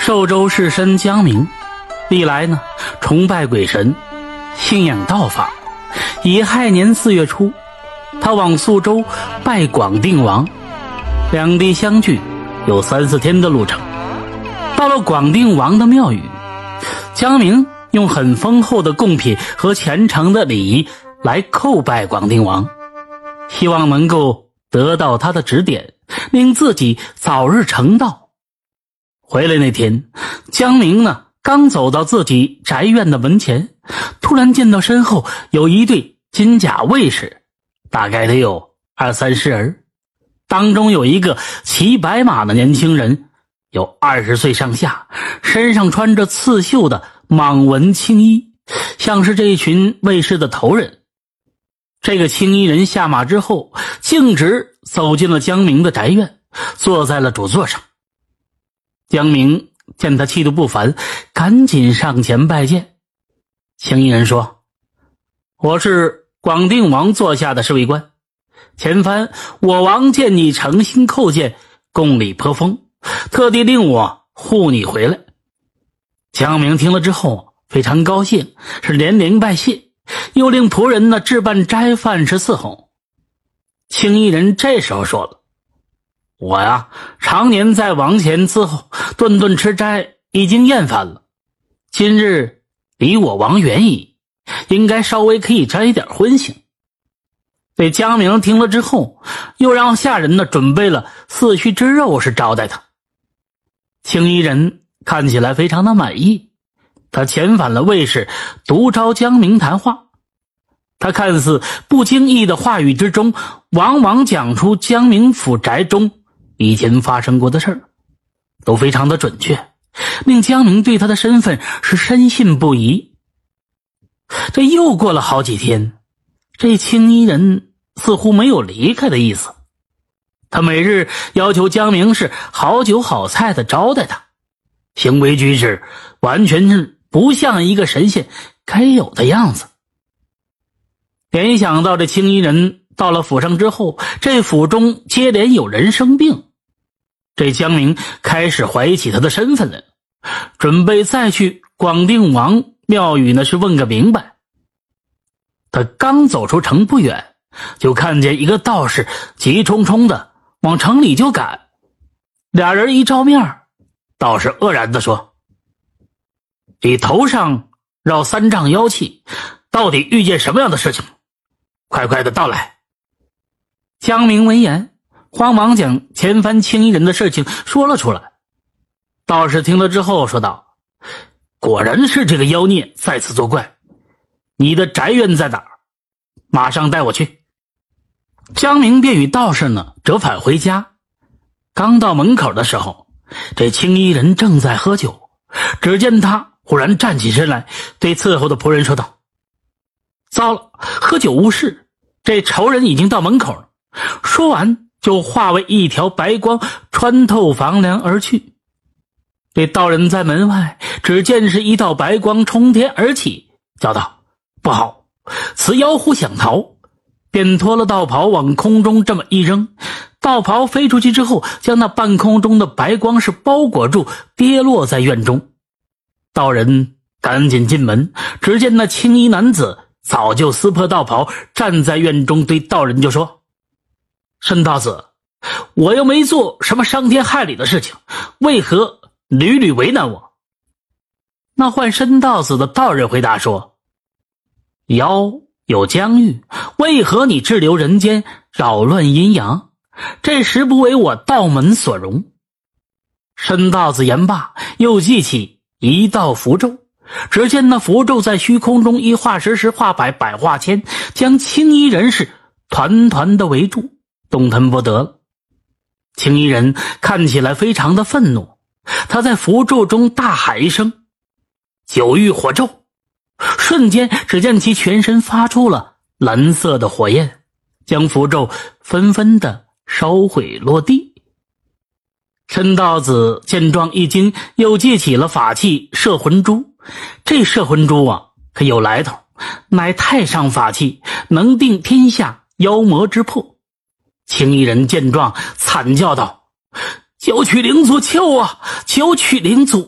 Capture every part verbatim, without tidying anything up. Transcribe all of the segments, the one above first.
寿州士绅江明历来呢崇拜鬼神，信仰道法。乙亥年四月初，他往宿州拜广定王，两地相距有三四天的路程。到了广定王的庙宇，江明用很丰厚的贡品和虔诚的礼仪来叩拜广定王，希望能够得到他的指点，令自己早日成道。回来那天，江明呢刚走到自己宅院的门前，突然见到身后有一队金甲卫士，大概得有二三十人，当中有一个骑白马的年轻人，有二十岁上下，身上穿着刺绣的蟒纹青衣，像是这一群卫士的头人。这个青衣人下马之后，径直走进了江明的宅院，坐在了主座上。江明见他气度不凡，赶紧上前拜见。青衣人说：我是广定王座下的侍卫官，前番我王见你诚心叩见，共礼颇丰，特地令我护你回来。江明听了之后非常高兴，是连连拜谢，又令仆人呢置办斋饭吃伺候。青衣人这时候说了：我呀常年在王前伺候，顿顿吃斋，已经厌烦了，今日离我王远矣，应该稍微可以沾一点荤腥。这江明听了之后，又让下人呢准备了四须之肉是招待他。青衣人看起来非常的满意，他遣返了卫士，独招江明谈话。他看似不经意的话语之中，往往讲出江明府宅中以前发生过的事儿，都非常的准确，令江明对他的身份是深信不疑。这又过了好几天，这青衣人似乎没有离开的意思，他每日要求江明是好酒好菜的招待他，行为举止完全是不像一个神仙该有的样子。联想到这青衣人到了府上之后，这府中接连有人生病，这江明开始怀疑起他的身份来了，准备再去广定王庙宇呢是问个明白。他刚走出城不远，就看见一个道士急冲冲的往城里就赶。俩人一照面，道士愕然地说：你头上绕三丈妖气，到底遇见什么样的事情？快快的道来。江明闻言慌忙将前番青衣人的事情说了出来。道士听了之后说道：果然是这个妖孽再次作怪，你的宅院在哪儿？马上带我去。江明便与道士呢折返回家。刚到门口的时候，这青衣人正在喝酒，只见他忽然站起身来，对伺候的仆人说道：糟了，喝酒误事，这仇人已经到门口了。说完就化为一条白光，穿透房梁而去。这道人在门外只见是一道白光冲天而起，叫道：不好，此妖狐想逃，便脱了道袍往空中这么一扔，道袍飞出去之后，将那半空中的白光是包裹住，跌落在院中。道人赶紧进门，只见那青衣男子早就撕破道袍，站在院中，对道人就说：申道子，我又没做什么伤天害理的事情，为何屡屡为难我？那唤申道子的道人回答说：妖有疆域，为何你滞留人间，扰乱阴阳？这实不为我道门所容。申道子言罢，又记起一道符咒，只见那符咒在虚空中一画十，十画百，百画千，将青衣人是团团的围住，动弹不得了。青衣人看起来非常的愤怒，他在符咒中大喊一声：九域火咒！瞬间只见其全身发出了蓝色的火焰，将符咒纷纷的烧毁落地。申道子见状一惊，又记起了法器摄魂珠。这摄魂珠啊可有来头，乃太上法器，能定天下妖魔之魄。青衣人见状惨叫道：九曲灵祖救啊，九曲灵祖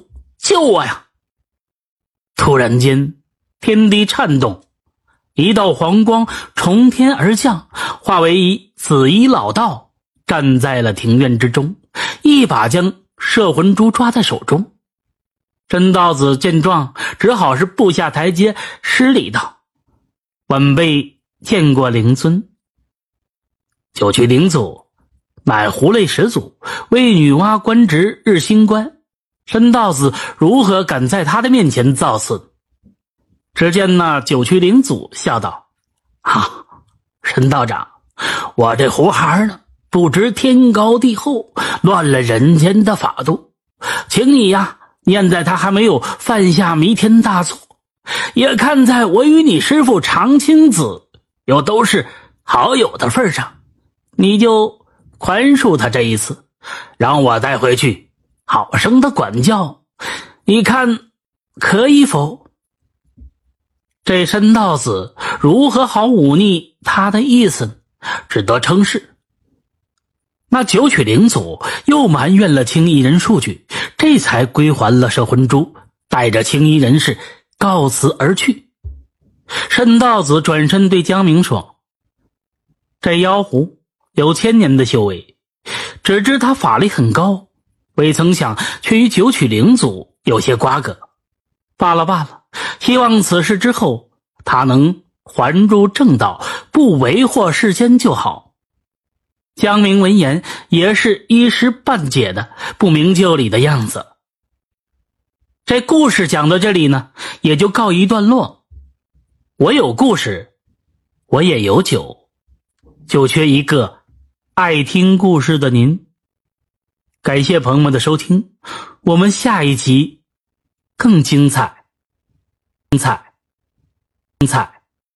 救我呀！突然间，天地颤动，一道黄光从天而降，化为一紫衣老道，站在了庭院之中，一把将摄魂珠抓在手中。申道子见状，只好是步下台阶，施礼道：晚辈见过灵尊。九曲灵祖乃狐类始祖，为女娲官职日星官，申道子如何敢在他的面前造次？只见那九曲灵祖笑道：啊，申道长，我这胡孩呢，不知天高地厚，乱了人间的法度，请你呀念在他还没有犯下弥天大错，也看在我与你师父长青子又都是好友的份上，你就宽恕他这一次，让我带回去好生的管教，你看可以否？这申道子如何好忤逆他的意思呢？只得称是。那九曲灵祖又埋怨了青衣人数句，这才归还了摄魂珠，带着青衣人士告辞而去。申道子转身对江明说：这妖狐有千年的修为，只知他法力很高，未曾想却与九曲灵祖有些瓜葛。罢了罢了，希望此事之后他能还入正道，不为祸世间就好。江明闻言也是一时半解的不明就里的样子。这故事讲到这里呢，也就告一段落。我有故事，我也有酒，就缺一个爱听故事的您。感谢朋友们的收听，我们下一集更精彩，精彩，精彩。